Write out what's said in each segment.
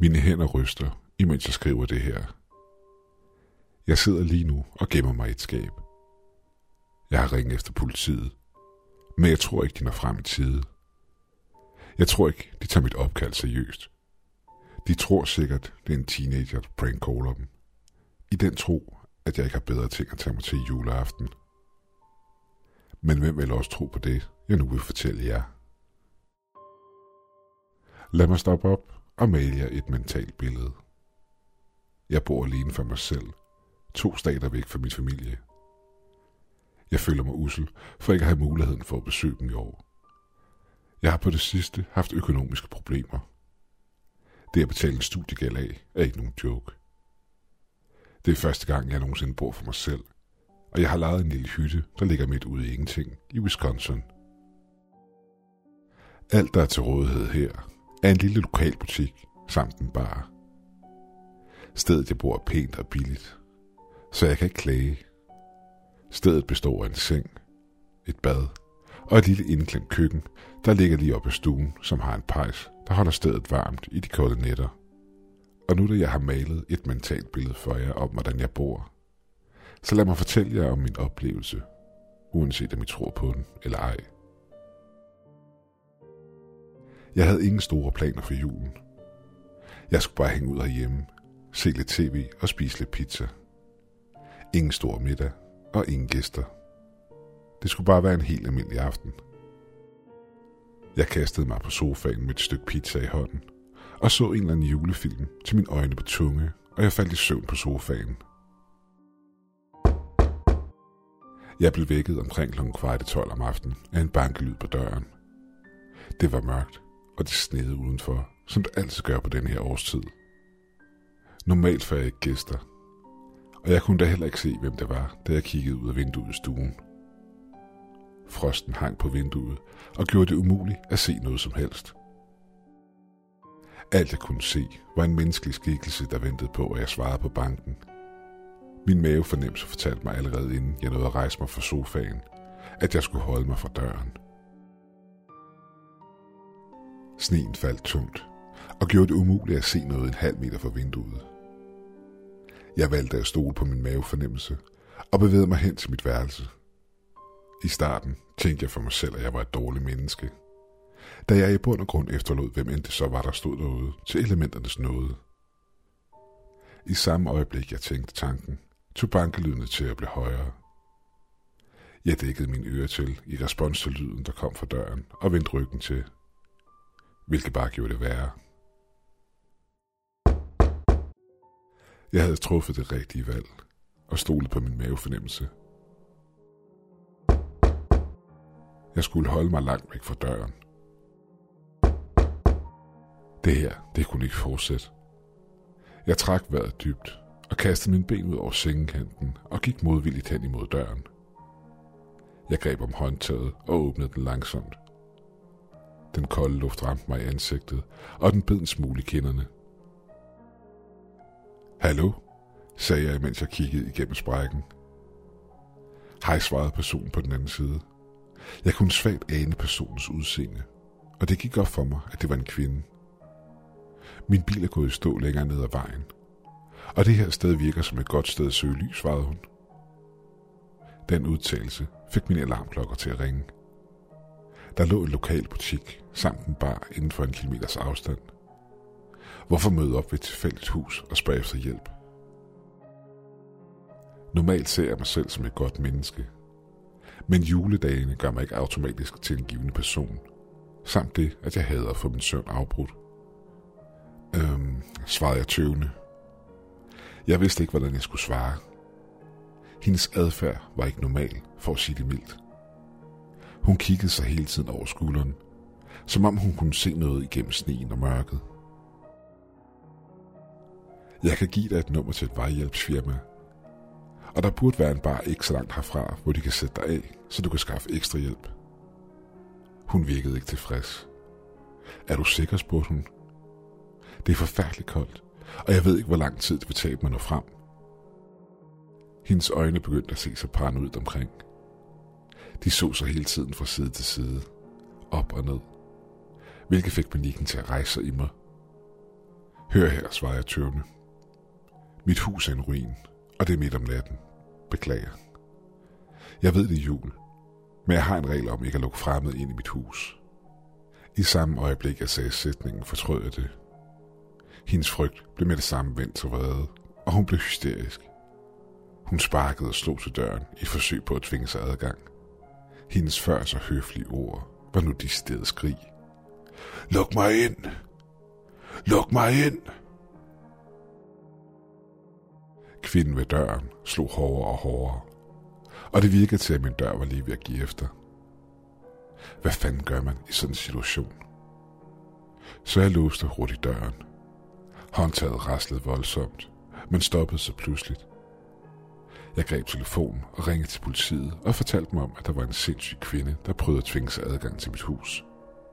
Mine hænder ryster, imens jeg skriver det her. Jeg sidder lige nu og gemmer mig i et skab. Jeg har ringet efter politiet, men jeg tror ikke, de når frem i tide. Jeg tror ikke, de tager mit opkald seriøst. De tror sikkert, det er en teenager, der prankcaller dem. I den tro, at jeg ikke har bedre ting at tage mig til juleaften. Men hvem vil også tro på det, jeg nu vil fortælle jer? Lad mig stoppe op og male jer et mentalt billede. Jeg bor alene for mig selv, 2 stater væk fra min familie. Jeg føler mig ussel, for ikke at have muligheden for at besøge dem i år. Jeg har på det sidste haft økonomiske problemer. Det at betale en studiegæld af er ikke nogen joke. Det er første gang, jeg nogensinde bor for mig selv, og jeg har lejet en lille hytte, der ligger midt ude i ingenting i Wisconsin. Alt, der er til rådighed her, er en lille lokalbutik samt en bar. Stedet, jeg bor, er pænt og billigt, så jeg kan ikke klage. Stedet består af en seng, et bad og et lille indklemt køkken, der ligger lige oppe i stuen, som har en pejs, der holder stedet varmt i de kolde nætter. Og nu da jeg har malet et mentalt billede for jer om, hvordan jeg bor, så lad mig fortælle jer om min oplevelse, uanset om I tror på den eller ej. Jeg havde ingen store planer for julen. Jeg skulle bare hænge ud herhjemme, se lidt tv og spise lidt pizza. Ingen stor middag og ingen gæster. Det skulle bare være en helt almindelig aften. Jeg kastede mig på sofaen med et stykke pizza i hånden, og så en eller anden julefilm til mine øjne blev tunge, og jeg faldt i søvn på sofaen. Jeg blev vækket omkring 11:15 om aftenen af en bankelyd på døren. Det var mørkt, og det sneede udenfor, som det altid gør på denne her årstid. Normalt får jeg ikke gæster, og jeg kunne da heller ikke se, hvem det var, da jeg kiggede ud af vinduet i stuen. Frosten hang på vinduet og gjorde det umuligt at se noget som helst. Alt jeg kunne se var en menneskelig skikkelse, der ventede på, at jeg svarede på banken. Min mavefornemmelse fortalte mig allerede inden jeg nåede at rejse mig fra sofaen, at jeg skulle holde mig fra døren. Sneen faldt tungt og gjorde det umuligt at se noget 1,5 meter fra vinduet. Jeg valgte at stole på min mavefornemmelse og bevægede mig hen til mit værelse. I starten tænkte jeg for mig selv, at jeg var et dårligt menneske, da jeg i bund og grund efterlod, hvem end det så var, der stod derude, til elementernes nåde. I samme øjeblik, jeg tænkte tanken, tog bankelydene til at blive højere. Jeg dækkede mine ører til i respons til lyden, der kom fra døren, og vendte ryggen til, hvilket bare gjorde det værre. Jeg havde truffet det rigtige valg, og stolet på min mavefornemmelse. Jeg skulle holde mig langt væk fra døren. Det her, det kunne ikke fortsætte. Jeg trak vejret dybt og kastede mine ben ud over sengekanten og gik modvilligt hen imod døren. Jeg greb om håndtaget og åbnede den langsomt. Den kolde luft ramte mig i ansigtet, og den bed en smule i kinderne. Hallo, sagde jeg, mens jeg kiggede igennem sprækken. Hej, svarede personen på den anden side. Jeg kunne svagt ane personens udseende, og det gik op for mig, at det var en kvinde. Min bil er gået i stå længere ned ad vejen, og det her sted virker som et godt sted at søge lys, svarede hun. Den udtalelse fik mine alarmklokker til at ringe. Der lå en lokal butik samt en bar inden for 1 kilometers afstand. Hvorfor møde op ved et tilfældigt hus og spørge efter hjælp? Normalt ser jeg mig selv som et godt menneske, men juledagene gør mig ikke automatisk til en givende person, samt det, at jeg hader at få min søn afbrudt. Svarede jeg tøvende. Jeg vidste ikke, hvordan jeg skulle svare. Hendes adfærd var ikke normal, for at sige det mildt. Hun kiggede sig hele tiden over skulderen, som om hun kunne se noget igennem sneen og mørket. Jeg kan give dig et nummer til et vejhjælpsfirma, og der burde være en bar ikke så langt herfra, hvor de kan sætte dig af, så du kan skaffe ekstra hjælp. Hun virkede ikke tilfreds. Er du sikker, spurgte hun. Det er forfærdeligt koldt, og jeg ved ikke, hvor lang tid det vil tage mig at nå frem. Hendes øjne begyndte at se sig paranoid omkring. De så sig hele tiden fra side til side, op og ned, hvilket fik panikken til at rejse sig i mig. Hør her, svarer jeg tøvende. Mit hus er en ruin, og det er midt om natten. Beklager. Jeg ved det er jul, men jeg har en regel om ikke at lukke fremmede ind i mit hus. I samme øjeblik, jeg sagde sætningen, fortrød jeg det. Hendes frygt blev med det samme vendt til vrede, og hun blev hysterisk. Hun sparkede og slog til døren i forsøg på at tvinge sig adgang. Hendes før så høflige ord var nu decideret skrig. Luk mig ind! Luk mig ind! Kvinden ved døren slog hårdere og hårdere, og det virkede til, at min dør var lige ved at give efter. Hvad fanden gør man i sådan en situation? Så jeg låste hurtigt døren. Håndtaget raslede voldsomt, men stoppede så pludseligt. Jeg greb telefonen og ringede til politiet og fortalte mig om, at der var en sindssyg kvinde, der prøvede at tvinge sig adgang til mit hus.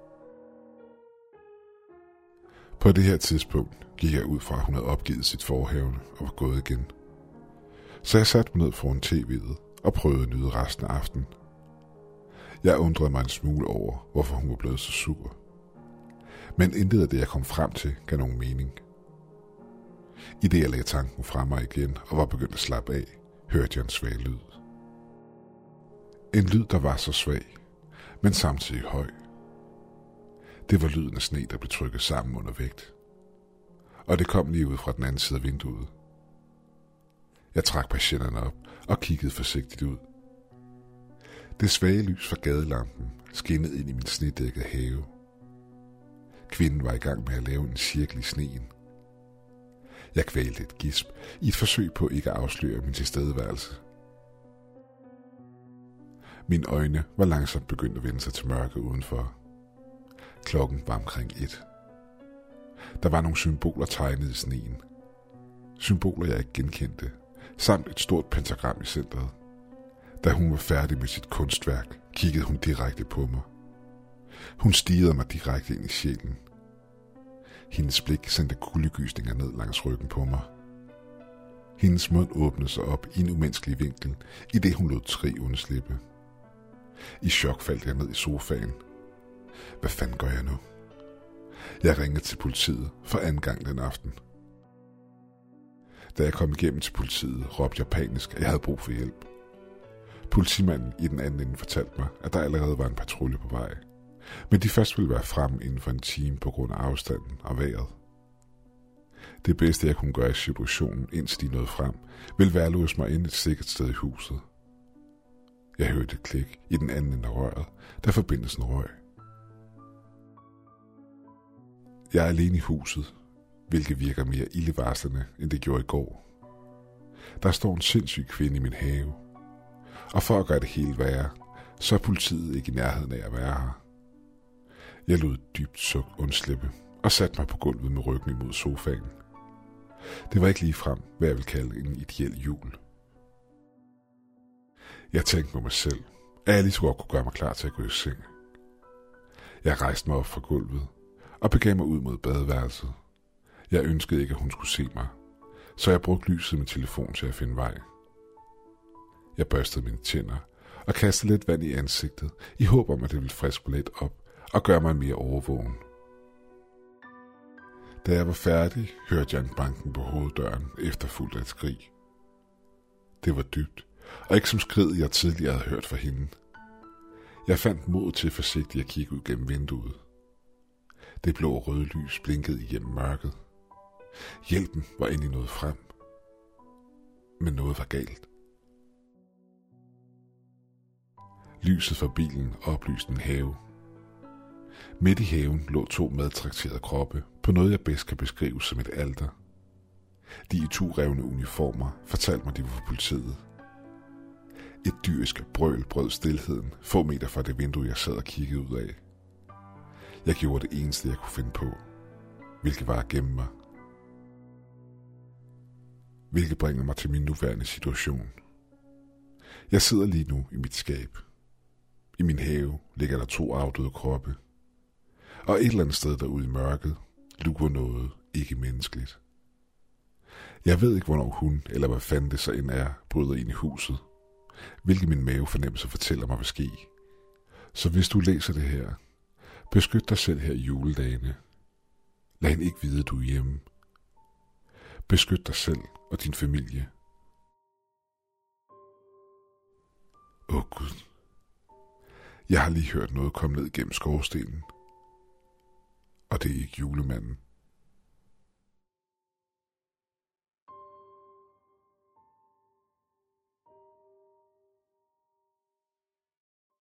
På det her tidspunkt gik jeg ud fra, at hun havde opgivet sit forhævne og var gået igen. Så jeg satte mig ned foran tv'et og prøvede at nyde resten af aftenen. Jeg undrede mig en smule over, hvorfor hun var blevet så sur. Men intet af det, jeg kom frem til, gav nogen mening. I det, jeg lagde tanken fra mig igen og var begyndt at slappe af, hørte jeg en svag lyd. En lyd, der var så svag, men samtidig høj. Det var lyden af sne, der blev trykket sammen under vægt. Og det kom lige ud fra den anden side af vinduet. Jeg trak patienterne op og kiggede forsigtigt ud. Det svage lys fra gadelampen skinnede ind i min snedækkede have. Kvinden var i gang med at lave en cirkel i sneen. Jeg kvalte et gisp i et forsøg på ikke at afsløre min tilstedeværelse. Mine øjne var langsomt begyndt at vende sig til mørket udenfor. Klokken var omkring 1. Der var nogle symboler tegnet i sneen. Symboler, jeg ikke genkendte, samt et stort pentagram i centret. Da hun var færdig med sit kunstværk, kiggede hun direkte på mig. Hun stirrede mig direkte ind i sjælen. Hendes blik sendte kuldegysninger ned langs ryggen på mig. Hendes mund åbnede sig op i en umenneskelig vinkel, i det hun lod tre undslippe. I chok faldt jeg ned i sofaen. Hvad fanden gør jeg nu? Jeg ringede til politiet for anden gang den aften. Da jeg kom igennem til politiet, råbte jeg panisk, at jeg havde brug for hjælp. Politimanden i den anden ende fortalte mig, at der allerede var en patrulje på vej, men de først ville være fremme inden for en time på grund af afstanden og vejret. Det bedste, jeg kunne gøre i situationen, indtil de nåede frem, ville være at låse mig ind et sikkert sted i huset. Jeg hørte et klik i den anden ende af røret, da forbindelsen røg. Jeg er alene i huset, hvilket virker mere ildevarslende, end det gjorde i går. Der står en sindssyg kvinde i min have, og for at gøre det helt værre, så er politiet ikke i nærheden af at være her. Jeg lod et dybt suk undslippe og satte mig på gulvet med ryggen imod sofaen. Det var ikke ligefrem, hvad jeg vil kalde en ideel jul. Jeg tænkte på mig selv, at jeg lige så godt kunne gøre mig klar til at gå i seng. Jeg rejste mig op fra gulvet og begav mig ud mod badeværelset. Jeg ønskede ikke, at hun skulle se mig, så jeg brugte lyset med telefon til at finde vej. Jeg børstede mine tænder og kastede lidt vand i ansigtet, i håb om, at det ville friske lidt op og gøre mig mere overvågen. Da jeg var færdig, hørte jeg en banken på hoveddøren, efterfulgt af et skrig. Det var dybt, og ikke som skridet, jeg tidligere havde hørt fra hende. Jeg fandt mod til forsigtigt at kigge ud gennem vinduet. Det blå og røde lys blinkede igennem mørket. Hjælpen var endelig nået frem. Men noget var galt. Lyset fra bilen oplyste en have. Midt i haven lå 2 madtrakterede kroppe på noget, jeg bedst kan beskrive som et alter. De iturevne uniformer fortalte mig, de var fra politiet. Et dyrisk brøl brød stilheden få meter fra det vindue, jeg sad og kiggede ud af. Jeg gjorde det eneste, jeg kunne finde på, hvilket var at gemme mig. Hvilket bringer mig til min nuværende situation. Jeg sidder lige nu i mit skab. I min have ligger der 2 afdøde kroppe. Og et eller andet sted derude i mørket lurer noget ikke menneskeligt. Jeg ved ikke, hvornår hun, eller hvad fanden det så end er, bryder ind i huset. Hvilket min mavefornemmelse fortæller mig vil ske. Så hvis du læser det her, beskyt dig selv her i juledagene. Lad hende ikke vide, at du er hjemme, Beskyt dig selv og din familie. Åh Gud. Jeg har lige hørt noget komme ned gennem skorstenen. Og det er ikke julemanden.